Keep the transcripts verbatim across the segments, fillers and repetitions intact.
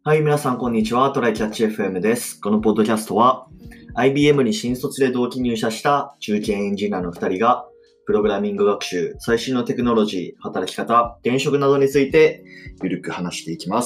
はい、皆さん、こんにちは。トライキャッチ エフエム です。このポッドキャストは、アイビーエム に新卒で同期入社した中堅エンジニアのふたりが、プログラミング学習、最新のテクノロジー、働き方、転職などについて、ゆるく話していきます。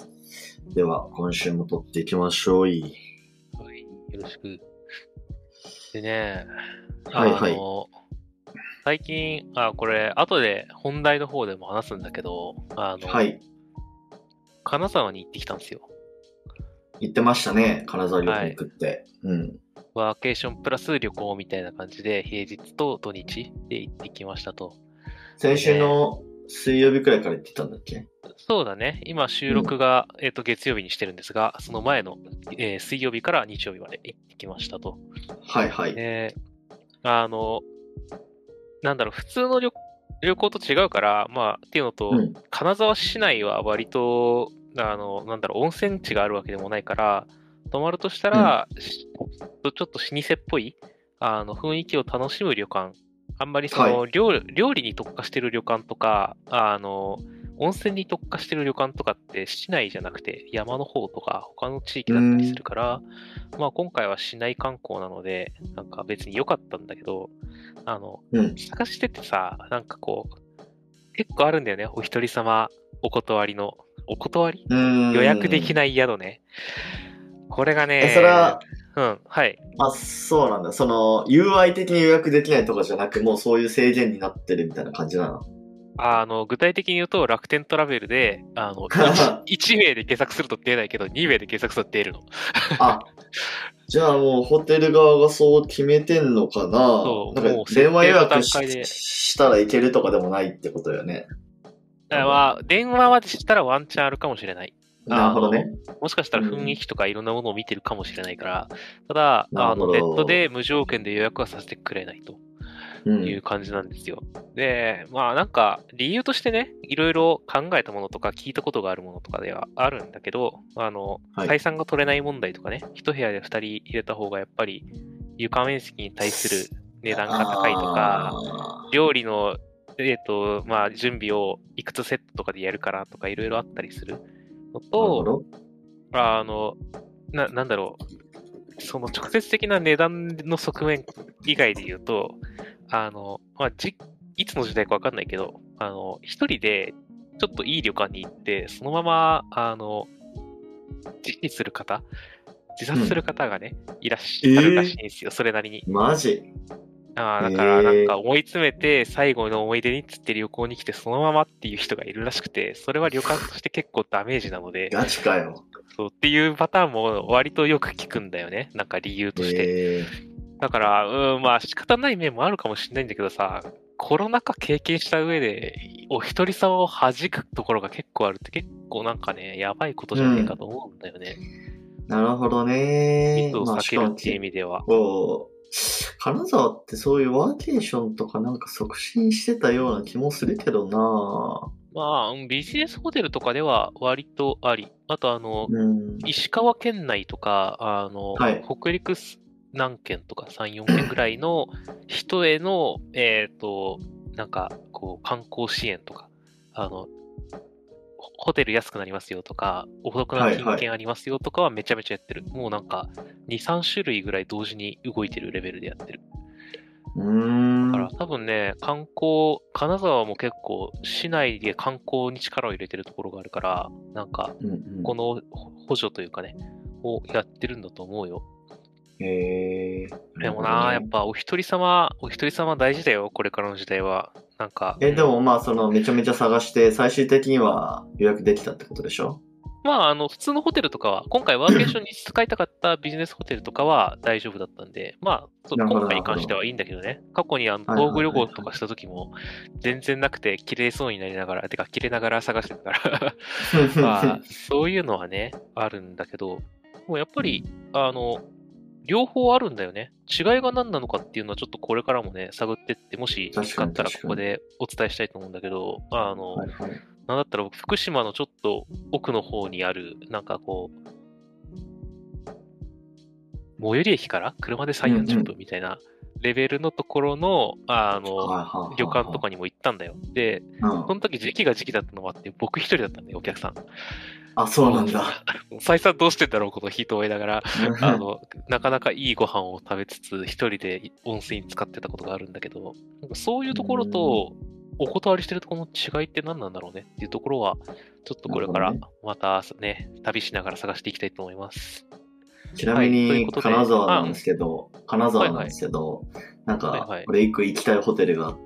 では、今週も撮っていきましょう。はい、 よろしく。でね、 はいはい。 あの、最近、あ、これ、後で本題の方でも話すんだけど、あの、 はい。 金沢に行ってきたんですよ。 言ってましたね。金沢旅行はい。 行くって。うん。 ワーケーションプラス旅行みたいな感じで、平日と土日で行ってきましたと。 先週でね、 の水曜日くらいから言ってたんだっけ？ そうだね。今収うん。 録が、えっと、月曜日にしてるんですが、その前の、えー水曜日から日曜日まで行ってきましたと。 はいはい。 で、あの、なんだろう、普通の旅、旅行と違うから、まあ、っていうのと、 うん。 金沢市内は割と、あの、なんだろう、温泉地があるわけでもないから、泊まるとしたうん。 ら、しちょっと老舗っぽい、あの、雰囲気を楽しむ旅館。あんまりそはい。 の、料、料理に特化してる旅館とか、あの、温泉に特化してる旅館とかって市内じゃなくて山の方とか他の地域うだったりすん。 るから、まあ今回は市内観光なので、なんか別に良かったんだけど、あの、 うん。 探しててさ、なんかこう、結構あるんだよね。お一人様お断りの。お断りう予約できん。 ない宿ね。これがえ、それね、 は、 うん、はい。 あ、そうなんだ。その、ユーアイ 的に予約できないとかじゃなく、もうそういう制限になってるみたいな感じなの。 あの、具体的に言うと、楽天トラベルで、あの、いち、いち名で検索すると出ないけど、に名で検索すると出るの。 あ、じゃあもうホテル側がそう決めてんのかな。 そう、 なんかもう設電話予定の約し、 段階で。 したらいけるとかでもないってことよね。多分。 あまあ、電話までしたらワンチャンあるかもしれない。あの、 なるほどね。 もしかしたら雰囲うん。 気とかいろんなものを見てるかもしれないから、ただ、 なるほあの、ネットでど。 無条件で予約はさせてくれないと。いううん。 感じなんですよ。で、まあなんか理由としてね、いろいろ考えたものとか聞いたことがあるものとかではあるんだけど、あの、 はい。 採算が取れない問題とかね、一部屋で二人入れた方がやっぱり床面積に対する値段が高いとか、 あ料理の、えっと、まあ準備をいくつセットとかでやるからとかいろいろあったりするのー。なるほと、 ど。 あの、な、なんだろう、その直接的な値段の側面以外で言うと、あの、まあ、じ、いつの時代かわかんないけど、あの、一人でちょっといい旅館に行って、そのまま、あの、自死する方、自殺するうん。 方がね、いらっしゃるらしええいんですよ、それなりに。 ー、マジ？ ああ、だからなんええか思い詰めて最後の思い出にっつって旅行に来てそのままっていう人がいるらしくて、それは旅館として結構ダメージなのー、 で、 ガチかよ。 そうっていうパターンも割とよく聞くんだよね。なんか理由として。 ええー。 だから、うん、まあ仕方ない面もあるかもしれないんだけどさ、コロナ禍経験した上で、お一人様を弾くところが結構あるって結構なんかね、やばいことじゃねえかうん。 と思うんだよね。 なるほどね。 密をまあ、 避けるっていう意しかも結味では。 構、金沢ってそういうワーケーションとかなんか促進してたような気もするけどな。 まあ、うんビジネスホテルとかでは割とあり。あとあの、 うん。 石川県内とか、あの、 はい。 北陸何県とかさん、よん県ぐらいの人への、えっと、なんか、こう、観光支援とか、あの、ホテル安くなりますよとか、お得なはいはい。 金券ありますよとかはめちゃめちゃやってる。もうなんか、に、さん種類ぐらい同時に動いてるレベルでやってる。 うーだからん。 多分ね、観光、金沢も結構市内で観光に力を入れてるところがあるから、なんか、 うんうこの補助というかね、をやってるんだと思うよ。 ん。へえー。なるでもな、やっほどね。 ぱお一人様、お一人様大事だよ、これからの時代は。なんか、うえ、でん。 もまあ、その、めちゃめちゃ探して、最終的には予約できたってことでしょ？ まあ、あの、普通のホテルとかは、今回ワーケーションに使いたかったビジネスホテルとかは大丈夫だったんで、まあ、そなるほど、 今回なるほど。 に関してはいいんだけどね。過去にあの、 はい東はいはいはい。 北旅行とかした時も、全然なくて、綺麗そうになりながら、てか、綺麗ながら探してたからまあ、そういうのはね、あるんだけど、もうやっぱり、あの、両方あるんだよね。違いが何なのかっていうのはちょっとこれからもね、探ってって、もし見つ確かにかったらこ確かに。 こでお伝えしたいと思うんだけど、あの、 はいはい。 なんだったら僕、福島のちょっと奥の方にある、なんかこう、最寄り駅から車でさん、40 うんうん。 分みたいなレベルのところの、あの、 はいはい旅はい館とかにも行ったんだよ。で、 はい。うん。 その時時期が時期だったのもあって、僕一人だったんだよ、お客さん。 あ、そうなんだ。 再三どうしてんだろう、この日と思いながら、あの、なかなかいいご飯を食べつつ、一人で温泉に使ってたことがあるんだけど、なんかそういうところと、お断りしてるところの違いって何なんだろうねっていうところは、ちょっとこれからまたね、旅しながら探していきたいと思います。 ちなみに、 はい、 金沢なんですけど、金沢なんですけど、はいはい、なんか、はいはい、俺一個行きたいホテルがあって、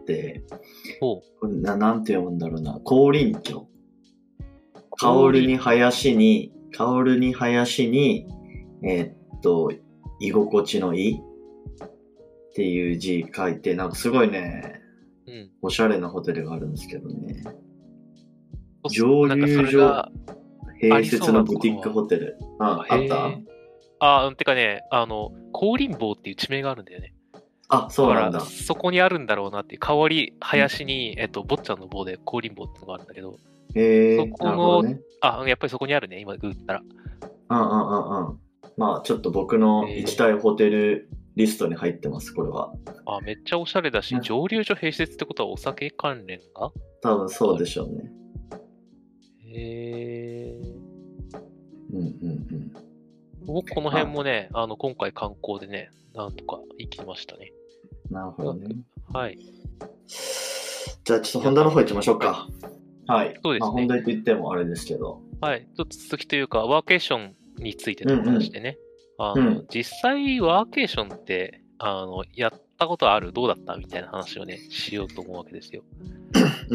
これななんて読むんだろうな、高林居。香るに林に、香るに林に、えー、っと、居心地のいいっていう字書いて、なんかすごいね、うん、おしゃれなホテルがあるんですけどね。蒸留所併設のブティックホテル。あ、あったあ、てかね、あの、香林坊っていう地名があるんだよね。 あ、そうなんだ。 そこにあるんだろうなっていう、香り、林に、えっと、坊ちゃんの坊で香林坊っていうのがあるんだけど、 へそこの、ね、あ、やっぱりそこにあるね、今ググったら。 うんうんうんうん。まあ、ちょっと僕の行きたいホテルリストに入ってます、これは。 あ、めっちゃおしゃれだし、蒸留所併設ってことはお酒関連が多分そうでしょうね。 へー。 うんうんうん。 僕、この辺もね、あの、今回観光でね、なんとか行きましたね。 なるほどね。 はい。 じゃあ、ちょっと本題の方行きましょうか。はい。 そうですね。まあ、 本題と言ってもあれですけど。 はい。ちょっと続きというか、ワーケーションについての話でね。うんうん、あの、うん、実際、ワーケーションって、あの、やったことあるどうだったみたいな話をね、しようと思うわけですよ。 うん。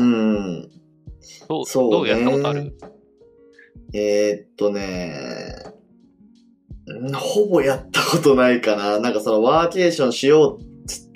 どう、そうね、どうやったことある？ えー、っとね、ほぼやったことないかな。なんかそのワーケーションしようっつって、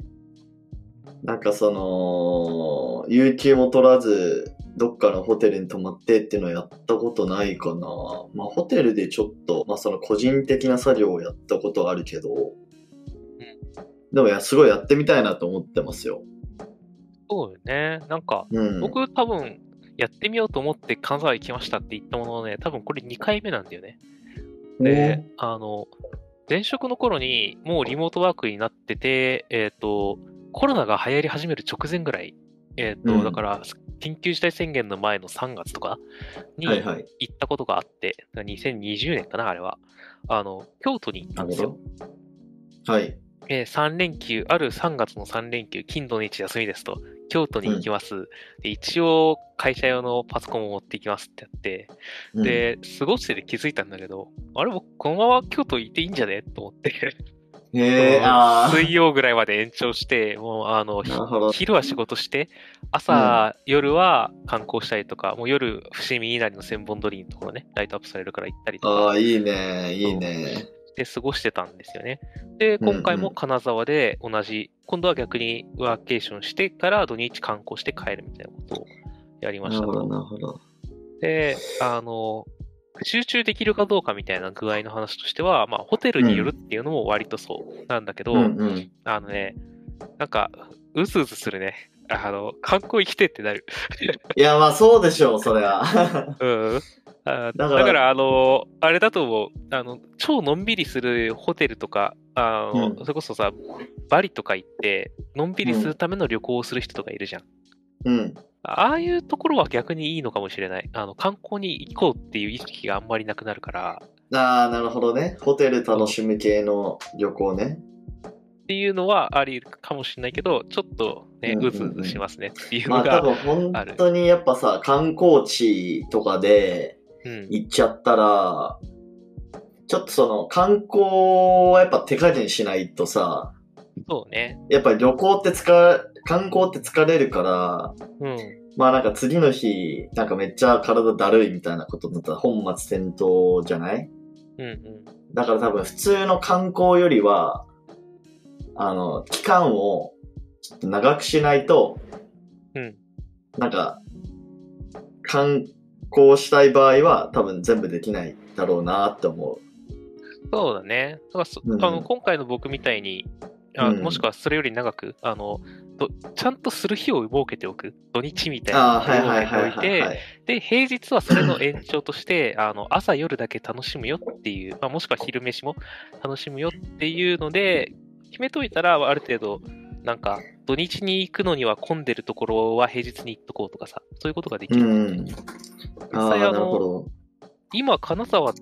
なんかその、有給も取らず、どっかのホテルに泊まってっていうのはやったことないかな。まあホテルでちょっと、まあその個人的な作業をやったことはあるけど、うん、でもや、すごいやってみたいなと思ってますよ。 そうよね。なんか、うん、僕多分やってみようと思って金沢行きましたって言ったもののね、多分これにかいめなんだよね。で、あの、前職の頃にもうリモートワークになってて、えっと、コロナが流行り始める直前ぐらい、えっと、うん、だから、緊急事態宣言の前のさんがつとかに行ったことがあって、はいはい、にせんにじゅうねんかな、あれは。あの、京都に行ったんですよ。 はい。 えー、さん連休、あるさんがつのさん連休、金土日休みですと、京都に行きます。うん、で一応、会社用のパソコンを持っていきますってやって、うん、で、過ごしてて気づいたんだけど、あれ、僕、このまま京都行っていいんじゃねと思って。 へー、 水曜ぐらいまで延長して、もう、あの、昼は仕事して、朝、うん、夜は観光したりとか、もう夜、伏見稲荷の千本鳥居のところね、ライトアップされるから行ったりとか。 ああ、いいね、いいね。 で、過ごしてたんですよね。で、今回も金沢で同じ、うんうん、今度は逆にワーケーションしてから土日観光して帰るみたいなことをやりましたと。 なるほど、なるほど。 で、あの、集中できるかどうかみたいな具合の話としては、まあ、ホテルによるっていうのも割とそうなんだけど、うんうん、あのね、なんか、うずうずするね。あの、観光行きてってなる。 いや、まあそうでしょう、それは。 うん。あだから、だからあの、あれだと思う。あの、超のんびりするホテルとか、あの、うん、それこそさ、バリとか行って、のんびりするための旅行をする人とかいるじゃん。 うん。 ああいうところは逆にいいのかもしれない。あの、観光に行こうっていう意識があんまりなくなるから。 ああ、なるほどね。ホテル楽しむ系の旅行ね。 っていうのはありかもしれないけど、ちょっとね、うずうずしますねっていうのがまあ多分本当にやっぱさ、観光地とかで行っちゃったら、うん、ちょっとその観光はやっぱ手加減しないとさ、 そうね。 やっぱり旅行って疲観光って疲れるから、うん、まあなんか次の日、なんかめっちゃ体だるいみたいなことだったら本末転倒じゃない？ うんうん。 だから多分普通の観光よりは、あの、期間をちょっと長くしないと、 うん。 なんか、観光したい場合は多分全部できないだろうなって思う。 そうだね。だからそ、うん、あの今回の僕みたいに、あもしくはそれより長く、あの、ちゃんとする日を設けておく。土日みたいな日を設けておいて、で、平日はそれの延長として、あの、朝夜だけ楽しむよっていう、まあ、もしくは昼飯も楽しむよっていうので、決めといたら、ある程度、なんか、土日に行くのには混んでるところは平日に行っとこうとかさ、そういうことができる。 うん。ああ、なるほど。 今、金沢って、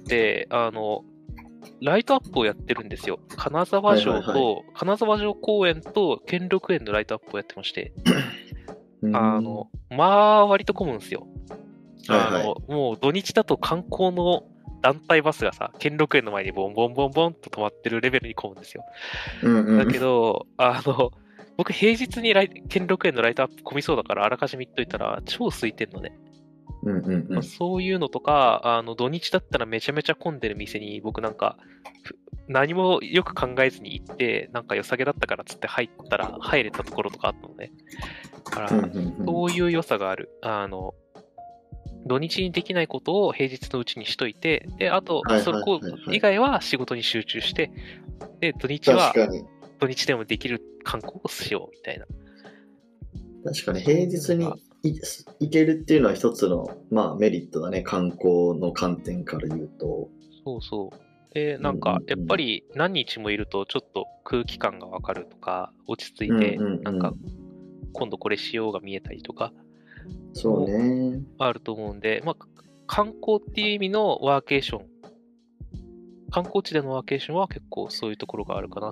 あの、ライトアップをやってるんですよ。金沢城と、 はいはいはい、 金沢城公園と兼六園のライトアップをやってまして、あの、まあ、割と混むんですよ。あの、はいはい、もう土日だと観光の団体バスがさ、兼六園の前にボンボンボンボンと止まってるレベルに混むんですよ。 うんうん、 だけど、あの、僕平日にライ兼六園のライトアップ混みそうだからあらかじめ言っといたら超空いてんのね。 うんうんうん、 まあ、そういうのとか、あの土日だったらめちゃめちゃ混んでる店に僕なんか何もよく考えずに行って、なんか良さげだったからっつって入ったら入れたところとかあったのね。だから、そういう良さがある。あの、土日にできないことを平日のうちにしといて、で、あと、そこ以外は仕事に集中して、で、土日は土日でもできる観光をしようみたいな。 確かに平日に行けるっていうのは一つの、まあ、メリットだね。観光の観点から言うと。 そうそう。で、なんか、やっぱり何日もいるとちょっと空気感がわかるとか、落ち着いて、なんか、今度これしようが見えたりとか、 そうね。 あると思うんで、まあ、観光っていう意味のワーケーション、観光地でのワーケーションは結構そういうところがあるかな。 うん。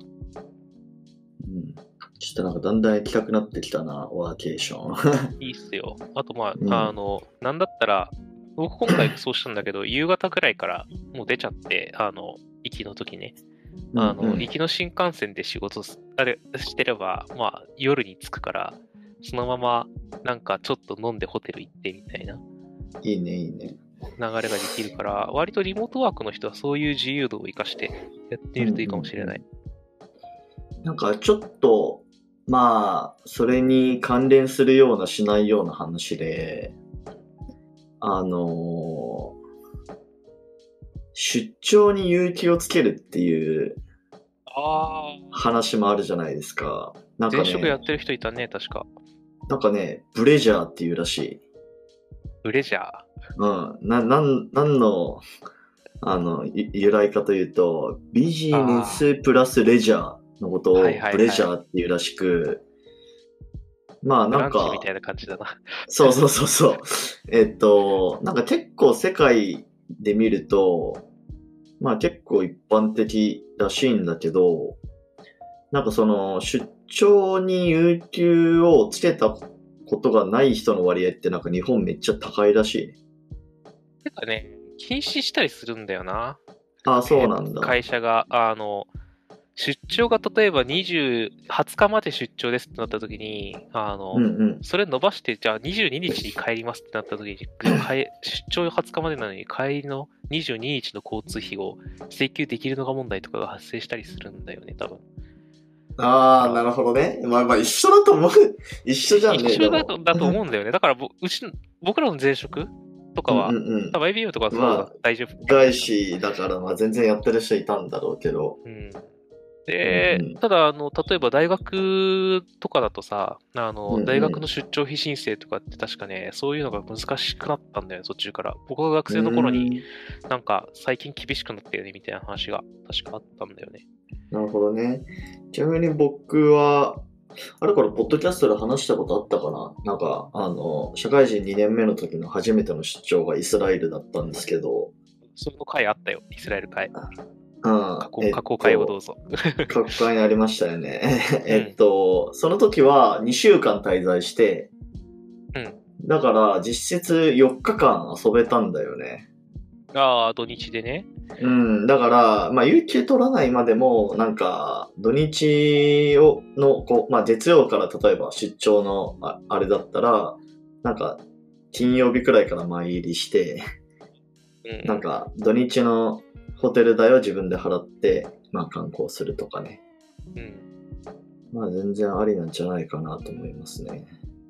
ちょっとなんかだんだん行きたくなってきたな、ワーケーション。いいっすよ。あとまあ、うん、あの、なんだったら、僕今回そうしたんだけど、夕方くらいからもう出ちゃって、あの、行きの時ね。あの、うんうん、行きの新幹線で仕事あれしてれば、まあ、夜に着くから、そのまま、なんかちょっと飲んでホテル行ってみたいな。 いいね、いいね。 流れができるから、割とリモートワークの人はそういう自由度を生かしてやってみるといいかもしれない。 うんうんうん、なんかちょっと、まあ、それに関連するようなしないような話で、あのー、出張に有給をつけるっていう話もあるじゃないですか。 なんかね、前職やってる人いたね、確か。 なんかね、ブレジャーっていうらしい。 ブレジャーうん。な、なん、なんの、あの、由来かというと、ビジネスプラスレジャーのことをブレジャーっていうらしく、はいはいはい、まあなんか、 みたいな感じだな。 そうそうそうそう。えっと、なんか結構世界で見ると、まあ結構一般的らしいんだけど、なんかその出張に有給をつけたことがない人の割合ってなんか日本めっちゃ高いらしいね。 てかね、禁止したりするんだよな。 ああ、そうなんだ。 会社が、あの、出張が例えばにじゅう、はつかまで出張ですってなった時に、あの、うんうん、それ伸ばして、じゃあにじゅうににちに帰りますってなった時に、出張はつかまでなのに帰りのにじゅうににちの交通費を請求できるのか問題とかが発生したりするんだよね、多分。 ああ、なるほどね。まあまあ一緒だと思う。一緒じゃんね。 一緒だとだと思うんだよね。だからぼ、うち、僕らの前職とかは、うんうんうん、多分 アイビーエム とかはそうだ、まあ、大丈夫。 外資だから、まあ全然やってる人いたんだろうけど。 うんで、うんうん、ただ、あの、例えば大学とかだとさ、あの、うんうん、大学の出張費申請とかって確かね、そういうのが難しくなったんだよね、途中から。僕が学生の頃に、なんか、最近厳しくなったよね、みたいな話が確かあったんだよね。 なるほどね。ちなみに僕は、あれからポッドキャストで話したことあったかな、なんか、あの、社会人にねんめの時の初めての出張がイスラエルだったんですけど。 その回あったよ、イスラエル回。 うん、 加工、加工会をどうぞ。 加工会にありましたよね。えっと、その時はにしゅうかん滞在して、うん。だから実質よっかかん遊べたんだよね。 ああ、土日でね。 うん、だから、まあ、有給取らないまでも、なんか、土日を、の、こう、まあ、月曜から例えば出張のあ、あれだったら、なんか、金曜日くらいから前入りして、うん、なんか、土日のホテル代は自分で払って、まあ観光するとかね。うん。まあ全然ありなんじゃないかなと思いますね。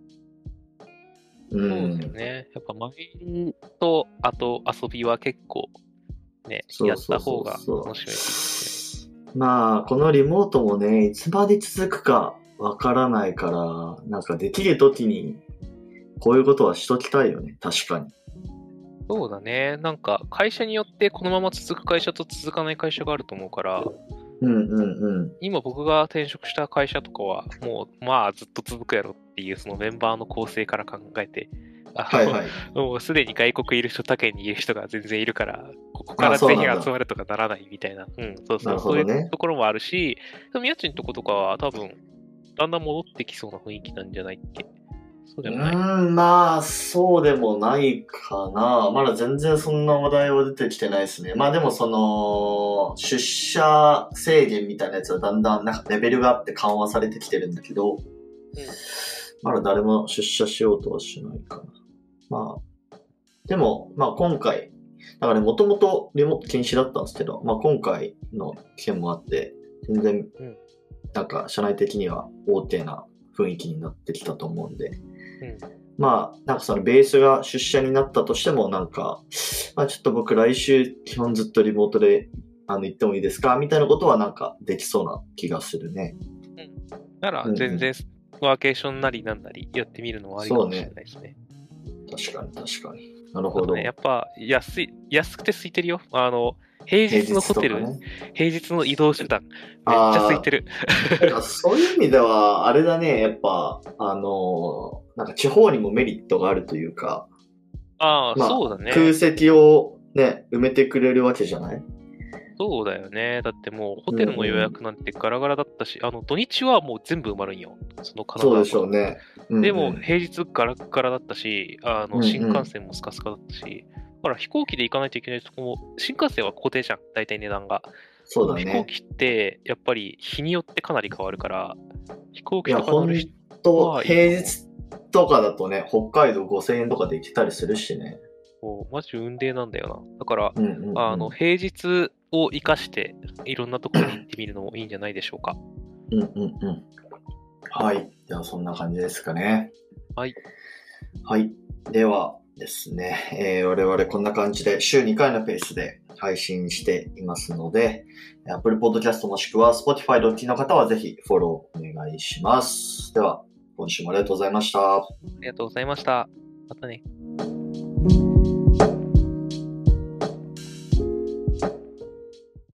うん。そうですよね。やっぱマインと、あと遊びは結構ね、やった方が楽しめですね。まあこのリモートもね、いつまで続くかわからないから、なんかできるときにこういうことはしときたいよね。確かに。 そうだね。なんか、会社によってこのまま続く会社と続かない会社があると思うから、 うんうんうん。 今僕が転職した会社とかは、もう、まあ、ずっと続くやろっていう、そのメンバーの構成から考えて、 あの、 はいはい。 もうすでに外国いる人、他県にいる人が全然いるから、ここからぜひ集まるとかならないみたいな。うん、そうそう、そういうところもあるし、でも家賃のとことかは多分、だんだん戻ってきそうな雰囲気なんじゃないっけ？そうでもない。 うーん、まあ、そうでもないかな。まだ全然そんな話題は出てきてないですね。まあでもその、出社制限みたいなやつはだんだんなんかレベルがあって緩和されてきてるんだけど、 うん、 まだ誰も出社しようとはしないかな。まあ、でも、まあ今回、だからね、もともとリモート禁止だったんですけど、まあ今回の件もあって、全然、なんか社内的には大手な雰囲気になってきたと思うんで、 うん、 まあ、なんかそのベースが出社になったとしても、なんか、まあちょっと僕来週基本ずっとリモートであの行ってもいいですかみたいなことはなんかできそうな気がするね。 うん。なら全然ワーケーションなりなんなりやってみるのはありかもしれないですね。 確かに確かに。なるほど。 ね、やっぱ安い、安くて空いてるよ。あの、平日のホテル、平日,、ね、平日の移動手段、めっちゃ空いてる。 そういう意味では、あれだね、やっぱ、あの、なんか地方にもメリットがあるというか、 ああ、まあ、そうだね。 空席をね、埋めてくれるわけじゃない？ そうだよね。だってもうホテルの予約なんてガラガラだったし、うんうん、あの土日はもう全部埋まるんよ。その金沢。 そうでしょうね。 うんうん、でも平日ガラガラだったし、あの新幹線もスカスカだったし、うんうん、だから飛行機で行かないといけないとこも、新幹線は固定じゃん、大体値段が。 そうだね。 飛行機ってやっぱり日によってかなり変わるから、飛行機とか乗る人は平日とかだとね、北海道ごせんえんとかで行けたりするしね。 もうマジ運命なんだよな。だから、 うんうんうん、 あの平日を生かしていろんなところに行ってみるのもいいんじゃないでしょうか。 うんうんうん。はい。ではそんな感じですかね。 はい。 はい。ではですね、えー、我々こんな感じで週にかいのペースで配信していますので、Apple Podcast もしくは Spotify でお聞きの方はぜひフォローお願いします。では、今週もありがとうございました。 ありがとうございました。またね。